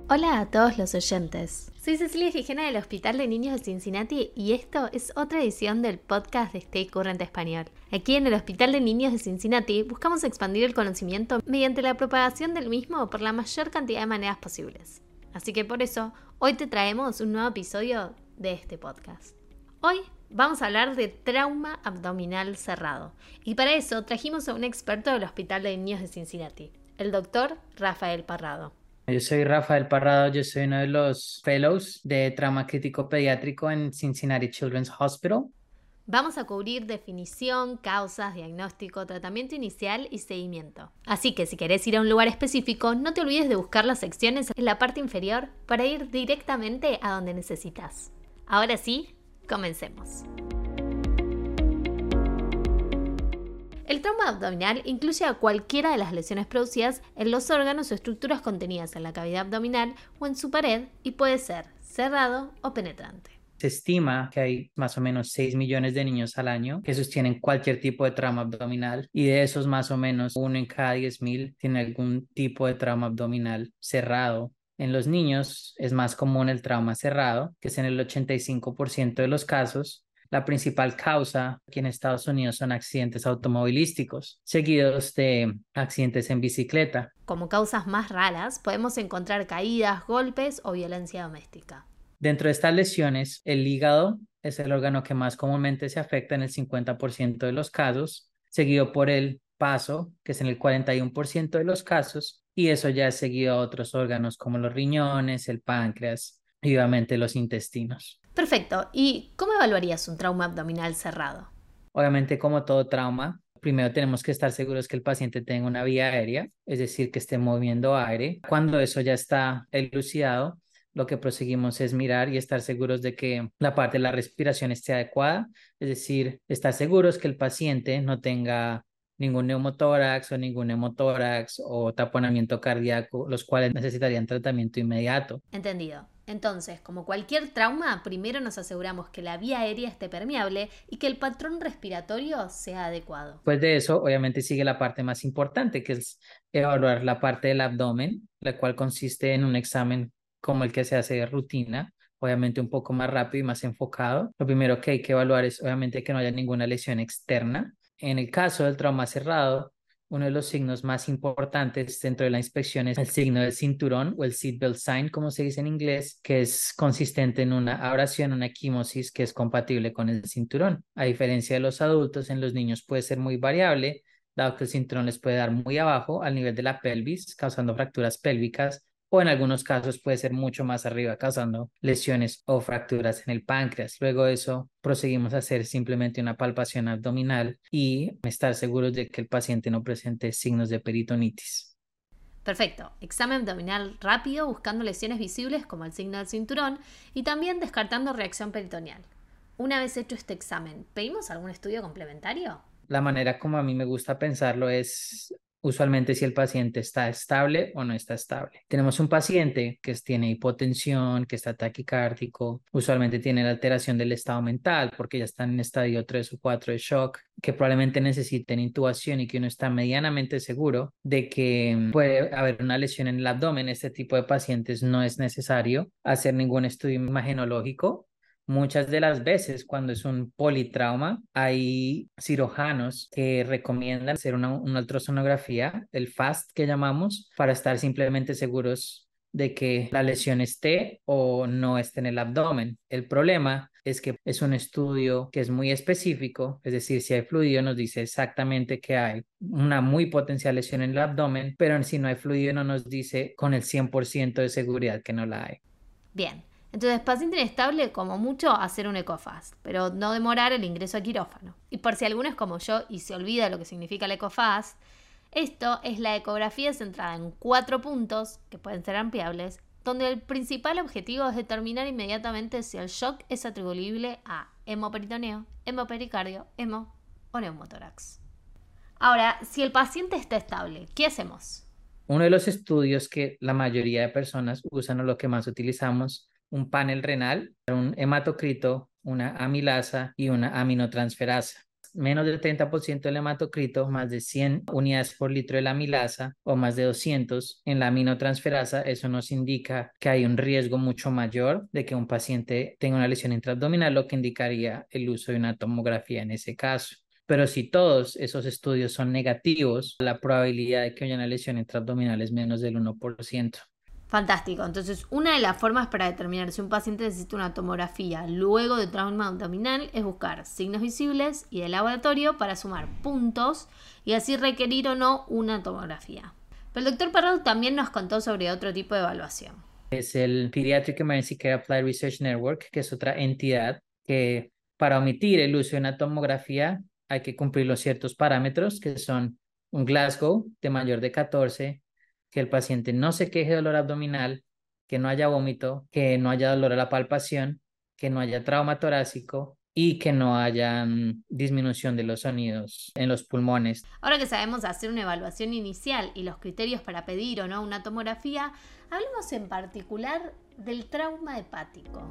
Hola a todos los oyentes. Soy Cecilia Gijena del Hospital de Niños de Cincinnati y esto es otra edición del podcast de Stay Current Español. Aquí en el Hospital de Niños de Cincinnati buscamos expandir el conocimiento mediante la propagación del mismo por la mayor cantidad de maneras posibles. Así que por eso, hoy te traemos un nuevo episodio de este podcast. Hoy vamos a hablar de trauma abdominal cerrado y para eso trajimos a un experto del Hospital de Niños de Cincinnati, el doctor Rafael Parrado. Yo soy Rafael Parrado, yo soy uno de los fellows de trauma crítico pediátrico en Cincinnati Children's Hospital. Vamos a cubrir definición, causas, diagnóstico, tratamiento inicial y seguimiento. Así que si querés ir a un lugar específico, no te olvides de buscar las secciones en la parte inferior para ir directamente a donde necesitas. Ahora sí, comencemos. El trauma abdominal incluye a cualquiera de las lesiones producidas en los órganos o estructuras contenidas en la cavidad abdominal o en su pared y puede ser cerrado o penetrante. Se estima que hay más o menos 6 millones de niños al año que sostienen cualquier tipo de trauma abdominal y de esos más o menos 1 en cada 10.000 tiene algún tipo de trauma abdominal cerrado. En los niños es más común el trauma cerrado, que es en el 85% de los casos. La principal causa aquí en Estados Unidos son accidentes automovilísticos, seguidos de accidentes en bicicleta. Como causas más raras, podemos encontrar caídas, golpes o violencia doméstica. Dentro de estas lesiones, el hígado es el órgano que más comúnmente se afecta en el 50% de los casos, seguido por el paso, que es en el 41% de los casos, y eso ya es seguido a otros órganos como los riñones, el páncreas y obviamente los intestinos. Perfecto. ¿Y cómo evaluarías un trauma abdominal cerrado? Obviamente, como todo trauma, primero tenemos que estar seguros que el paciente tenga una vía aérea, es decir, que esté moviendo aire. Cuando eso ya está elucidado, lo que proseguimos es mirar y estar seguros de que la parte de la respiración esté adecuada, es decir, estar seguros que el paciente no tenga ningún neumotórax o ningún hemotórax o taponamiento cardíaco, los cuales necesitarían tratamiento inmediato. Entendido. Entonces, como cualquier trauma, primero nos aseguramos que la vía aérea esté permeable y que el patrón respiratorio sea adecuado. Después de eso, obviamente sigue la parte más importante, que es evaluar la parte del abdomen, la cual consiste en un examen como el que se hace de rutina, obviamente un poco más rápido y más enfocado. Lo primero que hay que evaluar es obviamente que no haya ninguna lesión externa. En el caso del trauma cerrado, uno de los signos más importantes dentro de la inspección es el signo del cinturón o el seatbelt sign, como se dice en inglés, que es consistente en una abrasión, una equimosis que es compatible con el cinturón. A diferencia de los adultos, en los niños puede ser muy variable, dado que el cinturón les puede dar muy abajo al nivel de la pelvis, causando fracturas pélvicas, o en algunos casos puede ser mucho más arriba, causando lesiones o fracturas en el páncreas. Luego de eso, proseguimos a hacer simplemente una palpación abdominal y estar seguros de que el paciente no presente signos de peritonitis. Perfecto. Examen abdominal rápido buscando lesiones visibles como el signo del cinturón y también descartando reacción peritoneal. Una vez hecho este examen, ¿pedimos algún estudio complementario? La manera como a mí me gusta pensarlo es usualmente si el paciente está estable o no está estable. Tenemos un paciente que tiene hipotensión, que está taquicárdico, usualmente tiene la alteración del estado mental porque ya están en estadio 3 o 4 de shock, que probablemente necesiten intubación y que uno está medianamente seguro de que puede haber una lesión en el abdomen. Este tipo de pacientes no es necesario hacer ningún estudio imagenológico. Muchas de las veces cuando es un politrauma, hay cirujanos que recomiendan hacer una ultrasonografía, el FAST que llamamos, para estar simplemente seguros de que la lesión esté o no esté en el abdomen. El problema es que es un estudio que es muy específico, es decir, si hay fluido nos dice exactamente que hay una muy potencial lesión en el abdomen, pero si no hay fluido no nos dice con el 100% de seguridad que no la hay. Bien. Entonces, paciente inestable, como mucho, hacer un ECOFAST, pero no demorar el ingreso a quirófano. Y por si alguno es como yo y se olvida lo que significa el ECOFAST, esto es la ecografía centrada en 4 puntos, que pueden ser ampliables, donde el principal objetivo es determinar inmediatamente si el shock es atribuible a hemoperitoneo, hemopericardio, hemo o neumotórax. Ahora, si el paciente está estable, ¿qué hacemos? Uno de los estudios que la mayoría de personas usan o lo que más utilizamos, un panel renal, un hematocrito, una amilasa y una aminotransferasa. menos del 30% del hematocrito, más de 100 unidades por litro de la amilasa o más de 200 en la aminotransferasa, eso nos indica que hay un riesgo mucho mayor de que un paciente tenga una lesión intraabdominal, lo que indicaría el uso de una tomografía en ese caso. Pero si todos esos estudios son negativos, la probabilidad de que haya una lesión intraabdominal es menos del 1%. Fantástico. Entonces, una de las formas para determinar si un paciente necesita una tomografía luego de trauma abdominal es buscar signos visibles y de laboratorio para sumar puntos y así requerir o no una tomografía. Pero el doctor Parrado también nos contó sobre otro tipo de evaluación. Es el Pediatric Emergency Care Applied Research Network, que es otra entidad que para omitir el uso de una tomografía hay que cumplir los ciertos parámetros que son un Glasgow de mayor de 14, que el paciente no se queje de dolor abdominal, que no haya vómito, que no haya dolor a la palpación, que no haya trauma torácico y que no haya disminución de los sonidos en los pulmones. Ahora que sabemos hacer una evaluación inicial y los criterios para pedir o no una tomografía, hablemos en particular del trauma hepático.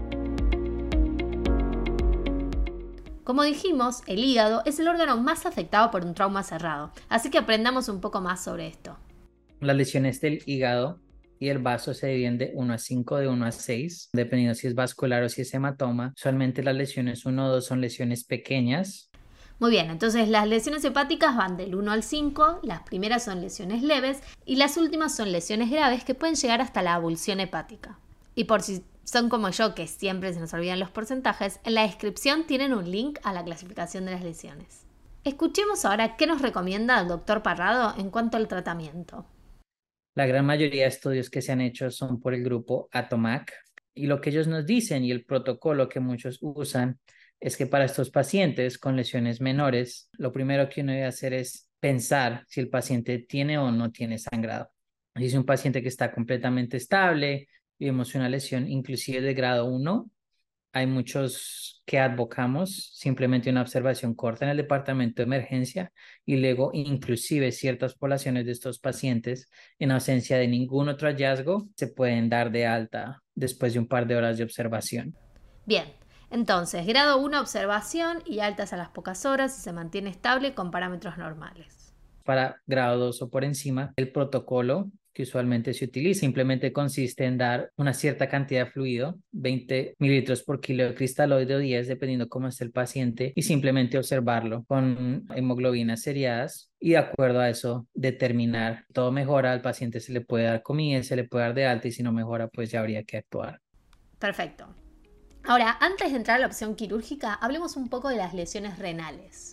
Como dijimos, el hígado es el órgano más afectado por un trauma cerrado, así que aprendamos un poco más sobre esto. Las lesiones del hígado y el vaso se dividen de 1 a 5, de 1 a 6, dependiendo si es vascular o si es hematoma. Usualmente las lesiones 1 o 2 son lesiones pequeñas. Muy bien, entonces las lesiones hepáticas van del 1 al 5, las primeras son lesiones leves y las últimas son lesiones graves que pueden llegar hasta la abulsión hepática. Y por si son como yo, que siempre se nos olvidan los porcentajes, en la descripción tienen un link a la clasificación de las lesiones. Escuchemos ahora qué nos recomienda el doctor Parrado en cuanto al tratamiento. La gran mayoría de estudios que se han hecho son por el grupo ATOMAC y lo que ellos nos dicen y el protocolo que muchos usan es que para estos pacientes con lesiones menores, lo primero que uno debe hacer es pensar si el paciente tiene o no tiene sangrado. Si es un paciente que está completamente estable y vemos una lesión inclusive de grado 1, hay muchos que advocamos simplemente una observación corta en el departamento de emergencia y luego inclusive ciertas poblaciones de estos pacientes en ausencia de ningún otro hallazgo se pueden dar de alta después de un par de horas de observación. Bien, entonces grado 1 observación y altas a las pocas horas y se mantiene estable con parámetros normales. Para grado 2 o por encima, el protocolo que usualmente se utiliza simplemente consiste en dar una cierta cantidad de fluido, 20 mililitros por kilo de cristaloide o 10, dependiendo cómo esté el paciente, y simplemente observarlo con hemoglobinas seriadas y de acuerdo a eso determinar. Todo mejora, al paciente se le puede dar comida, se le puede dar de alta y si no mejora, pues ya habría que actuar. Perfecto. Ahora, antes de entrar a la opción quirúrgica, hablemos un poco de las lesiones renales.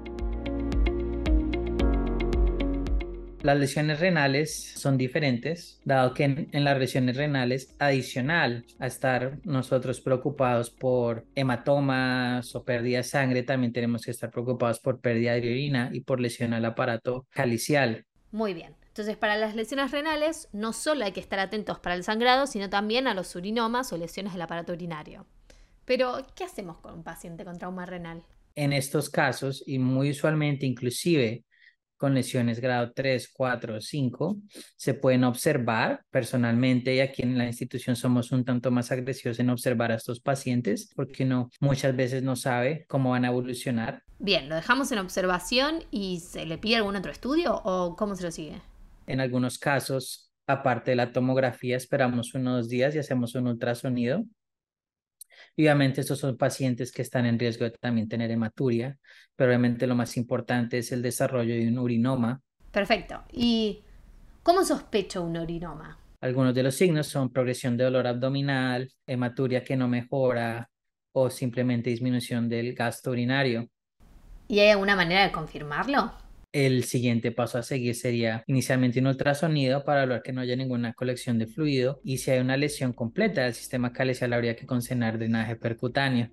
Las lesiones renales son diferentes, dado que en las lesiones renales, adicional a estar nosotros preocupados por hematomas o pérdida de sangre, también tenemos que estar preocupados por pérdida de orina y por lesión al aparato calicial. Muy bien. Entonces, para las lesiones renales, no solo hay que estar atentos para el sangrado, sino también a los urinomas o lesiones del aparato urinario. Pero, ¿qué hacemos con un paciente con trauma renal? En estos casos, y muy usualmente inclusive con lesiones grado 3, 4, 5, se pueden observar personalmente y aquí en la institución somos un tanto más agresivos en observar a estos pacientes porque no, muchas veces no sabe cómo van a evolucionar. Bien, ¿lo dejamos en observación y se le pide algún otro estudio o cómo se lo sigue? En algunos casos, aparte de la tomografía, esperamos unos días y hacemos un ultrasonido. Y obviamente estos son pacientes que están en riesgo de también tener hematuria, pero obviamente lo más importante es el desarrollo de un urinoma. Perfecto. ¿Y cómo sospecho un urinoma? Algunos de los signos son progresión de dolor abdominal, hematuria que no mejora o simplemente disminución del gasto urinario. ¿Y hay alguna manera de confirmarlo? El siguiente paso a seguir sería inicialmente un ultrasonido para evaluar que no haya ninguna colección de fluido y si hay una lesión completa del sistema calicial habría que concesionar drenaje percutáneo.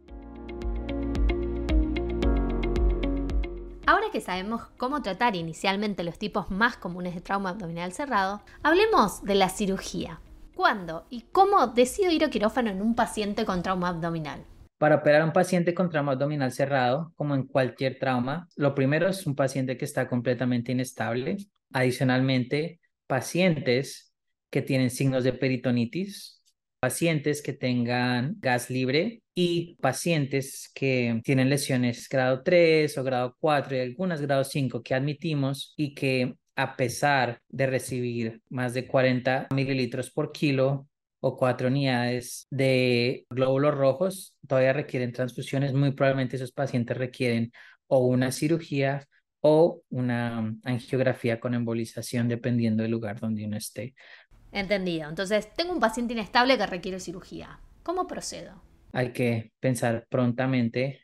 Ahora que sabemos cómo tratar inicialmente los tipos más comunes de trauma abdominal cerrado, hablemos de la cirugía. ¿Cuándo y cómo decido ir a quirófano en un paciente con trauma abdominal? Para operar a un paciente con trauma abdominal cerrado, como en cualquier trauma, lo primero es un paciente que está completamente inestable. Adicionalmente, pacientes que tienen signos de peritonitis pacientes que tengan gas libre y pacientes que tienen lesiones grado 3 o grado 4 y algunas grado 5 que admitimos y que a pesar de recibir más de 40 mililitros por kilo o 4 unidades de glóbulos rojos, todavía requieren transfusiones. Muy probablemente esos pacientes requieren o una cirugía o una angiografía con embolización, dependiendo del lugar donde uno esté. Entendido. Entonces, tengo un paciente inestable que requiere cirugía. ¿Cómo procedo? Hay que pensar prontamente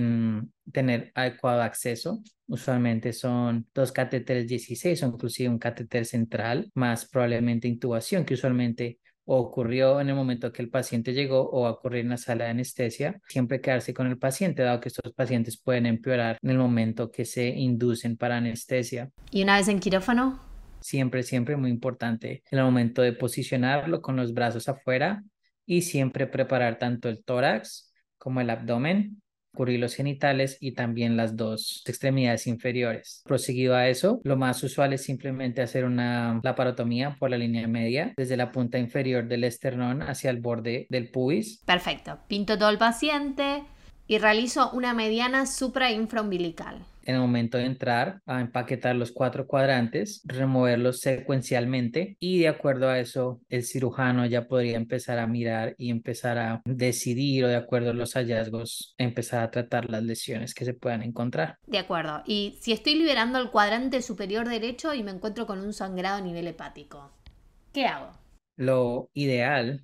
en tener adecuado acceso. Usualmente son 2 catéteres 16 o inclusive un catéter central, más probablemente intubación, que usualmente o ocurrió en el momento que el paciente llegó o va a ocurrir en la sala de anestesia. Siempre quedarse con el paciente, dado que estos pacientes pueden empeorar en el momento que se inducen para anestesia. ¿Y una vez en quirófano? Siempre, siempre muy importante en el momento de posicionarlo con los brazos afuera y siempre preparar tanto el tórax como el abdomen, cubrir los genitales y también las dos extremidades inferiores. Proseguido a eso, lo más usual es simplemente hacer una laparotomía por la línea media, desde la punta inferior del esternón hacia el borde del pubis. Perfecto. Pinto todo el paciente y realizo una mediana suprainfraumbilical. En el momento de entrar, a empaquetar los 4 cuadrantes, removerlos secuencialmente y de acuerdo a eso, el cirujano ya podría empezar a mirar y empezar a decidir o de acuerdo a los hallazgos, empezar a tratar las lesiones que se puedan encontrar. De acuerdo. Y si estoy liberando el cuadrante superior derecho y me encuentro con un sangrado a nivel hepático, ¿qué hago? Lo ideal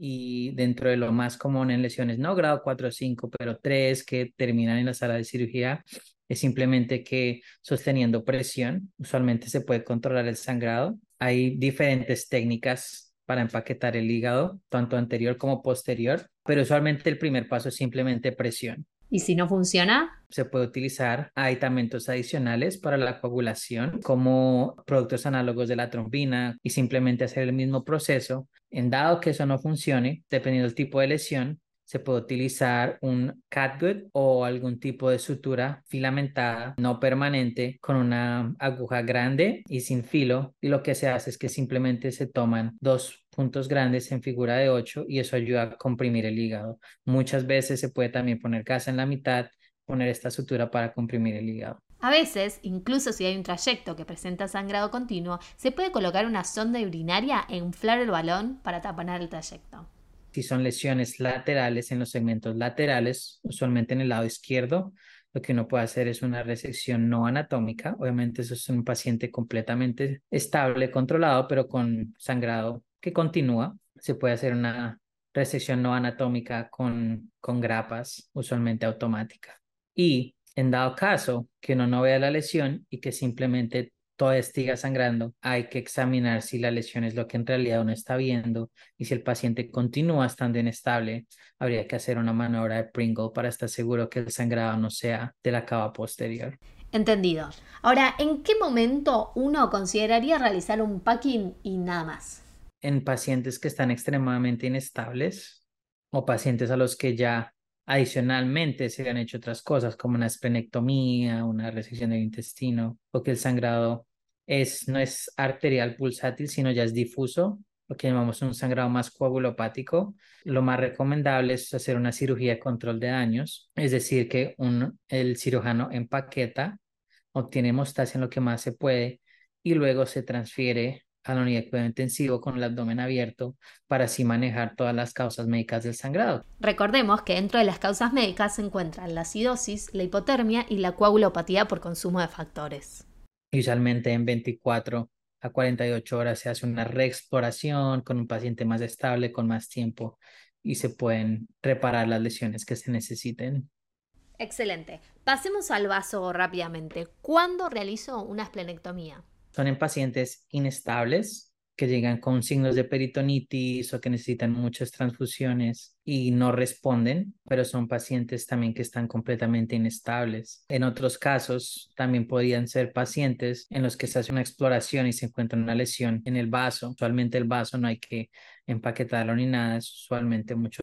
y dentro de lo más común en lesiones, no grado 4 o 5, pero 3 que terminan en la sala de cirugía, es simplemente que sosteniendo presión, usualmente se puede controlar el sangrado. Hay diferentes técnicas para empaquetar el hígado, tanto anterior como posterior, pero usualmente el primer paso es simplemente presión. ¿Y si no funciona? Se puede utilizar aditamentos adicionales para la coagulación, como productos análogos de la trombina, y simplemente hacer el mismo proceso. En dado que eso no funcione, dependiendo del tipo de lesión, se puede utilizar un catgut o algún tipo de sutura filamentada, no permanente, con una aguja grande y sin filo. Y lo que se hace es que simplemente se toman 2 puntos grandes en figura de 8 y eso ayuda a comprimir el hígado. Muchas veces se puede también poner gasa en la mitad, poner esta sutura para comprimir el hígado. A veces, incluso si hay un trayecto que presenta sangrado continuo, se puede colocar una sonda urinaria e inflar el balón para taponar el trayecto. Si son lesiones laterales en los segmentos laterales, usualmente en el lado izquierdo, lo que uno puede hacer es una resección no anatómica. Obviamente eso es un paciente completamente estable, controlado, pero con sangrado que continúa. Se puede hacer una resección no anatómica con grapas, usualmente automática. Y en dado caso que uno no vea la lesión y que simplemente todavía siga sangrando, hay que examinar si la lesión es lo que en realidad uno está viendo y si el paciente continúa estando inestable, habría que hacer una maniobra de Pringle para estar seguro que el sangrado no sea de la cava posterior. Entendido. Ahora, ¿en qué momento uno consideraría realizar un packing y nada más? En pacientes que están extremadamente inestables o pacientes a los que ya adicionalmente se han hecho otras cosas como una esplenectomía, una resección del intestino o que el sangrado no es arterial pulsátil, sino ya es difuso, lo que llamamos un sangrado más coagulopático. Lo más recomendable es hacer una cirugía de control de daños, es decir, que el cirujano empaqueta, obtiene hemostasia en lo que más se puede y luego se transfiere a la unidad de cuidado intensivo con el abdomen abierto para así manejar todas las causas médicas del sangrado. Recordemos que dentro de las causas médicas se encuentran la acidosis, la hipotermia y la coagulopatía por consumo de factores. Usualmente en 24 a 48 horas se hace una reexploración con un paciente más estable, con más tiempo y se pueden reparar las lesiones que se necesiten. Excelente. Pasemos al vaso rápidamente. ¿Cuándo realizo una esplenectomía? Son en pacientes inestables que llegan con signos de peritonitis o que necesitan muchas transfusiones y no responden, pero son pacientes también que están completamente inestables. En otros casos, también podrían ser pacientes en los que se hace una exploración y se encuentra una lesión en el vaso. Usualmente el vaso no hay que empaquetarlo ni nada, es usualmente mucho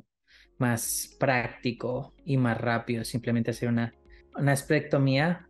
más práctico y más rápido, simplemente hacer una esplectomía.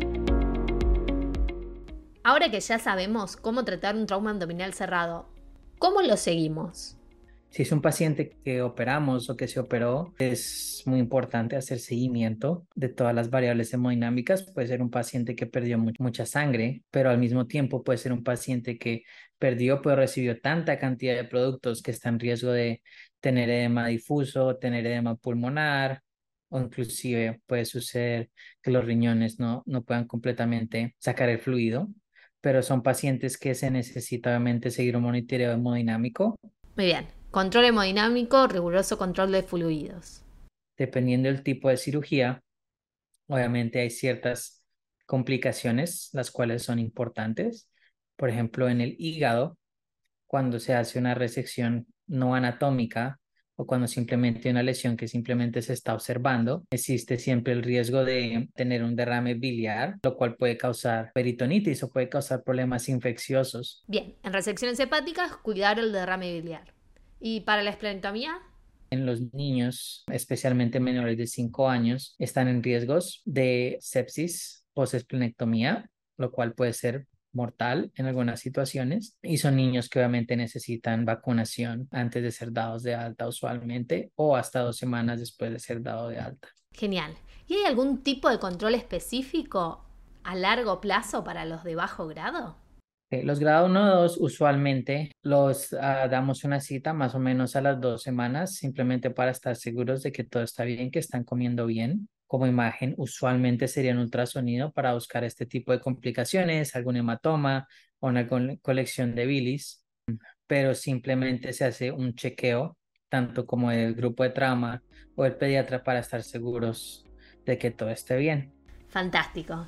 Ahora que ya sabemos cómo tratar un trauma abdominal cerrado, ¿Cómo lo seguimos? Si es un paciente que operamos o que se operó, es muy importante hacer seguimiento de todas las variables hemodinámicas. Puede ser un paciente que perdió mucha sangre, pero al mismo tiempo puede ser un paciente que perdió, pero recibió tanta cantidad de productos que está en riesgo de tener edema difuso, tener edema pulmonar, o inclusive puede suceder que los riñones no puedan completamente sacar el fluido. Pero son pacientes que se necesita obviamente seguir un monitoreo hemodinámico. Muy bien. Control hemodinámico, riguroso control de fluidos. Dependiendo del tipo de cirugía, obviamente hay ciertas complicaciones, las cuales son importantes. Por ejemplo, en el hígado, cuando se hace una resección no anatómica o cuando simplemente hay una lesión que simplemente se está observando, existe siempre el riesgo de tener un derrame biliar, lo cual puede causar peritonitis o puede causar problemas infecciosos. Bien, en resecciones hepáticas, cuidar el derrame biliar. ¿Y para la esplenectomía? En los niños, especialmente menores de 5 años, están en riesgos de sepsis post-esplenectomía, lo cual puede ser mortal en algunas situaciones. Y son niños que obviamente necesitan vacunación antes de ser dados de alta usualmente o hasta 2 semanas después de ser dado de alta. Genial. ¿Y hay algún tipo de control específico a largo plazo para los de bajo grado? Los grado 1 o 2 usualmente los damos una cita más o menos a las 2 semanas, simplemente para estar seguros de que todo está bien, que están comiendo bien. Como imagen, usualmente sería un ultrasonido para buscar este tipo de complicaciones, algún hematoma o una colección de bilis, pero simplemente se hace un chequeo, tanto como del grupo de trauma o el pediatra, para estar seguros de que todo esté bien. Fantástico.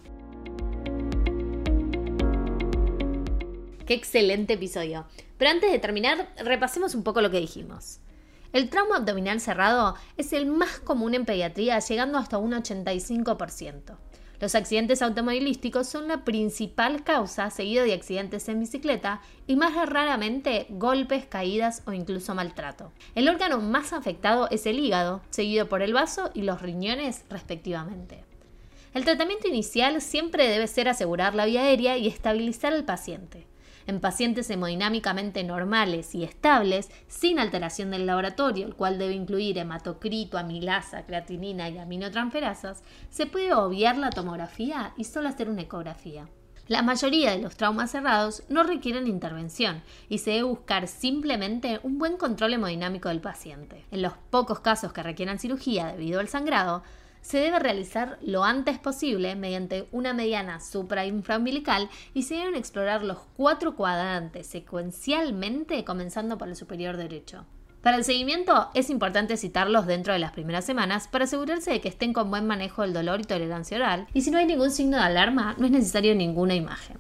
Qué excelente episodio. Pero antes de terminar, repasemos un poco lo que dijimos. El trauma abdominal cerrado es el más común en pediatría, llegando hasta un 85%. Los accidentes automovilísticos son la principal causa, seguido de accidentes en bicicleta y más raramente golpes, caídas o incluso maltrato. El órgano más afectado es el hígado, seguido por el vaso y los riñones respectivamente. El tratamiento inicial siempre debe ser asegurar la vía aérea y estabilizar al paciente. En pacientes hemodinámicamente normales y estables, sin alteración del laboratorio, el cual debe incluir hematocrito, amilasa, creatinina y aminotransferasas, se puede obviar la tomografía y solo hacer una ecografía. La mayoría de los traumas cerrados no requieren intervención y se debe buscar simplemente un buen control hemodinámico del paciente. En los pocos casos que requieran cirugía debido al sangrado, se debe realizar lo antes posible mediante una mediana supra-infraumbilical y se deben explorar los 4 cuadrantes secuencialmente, comenzando por el superior derecho. Para el seguimiento es importante citarlos dentro de las primeras semanas para asegurarse de que estén con buen manejo del dolor y tolerancia oral, y si no hay ningún signo de alarma no es necesario ninguna imagen.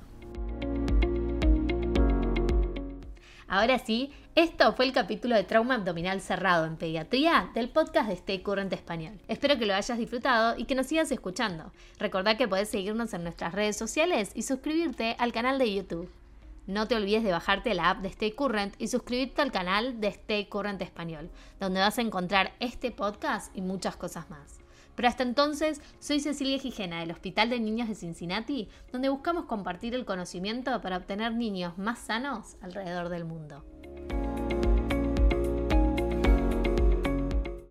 Ahora sí, esto fue el capítulo de trauma abdominal cerrado en pediatría del podcast de Stay Current Español. Espero que lo hayas disfrutado y que nos sigas escuchando. Recordá que podés seguirnos en nuestras redes sociales y suscribirte al canal de YouTube. No te olvides de bajarte la app de Stay Current y suscribirte al canal de Stay Current Español, donde vas a encontrar este podcast y muchas cosas más. Pero hasta entonces, soy Cecilia Gijena del Hospital de Niños de Cincinnati, donde buscamos compartir el conocimiento para obtener niños más sanos alrededor del mundo.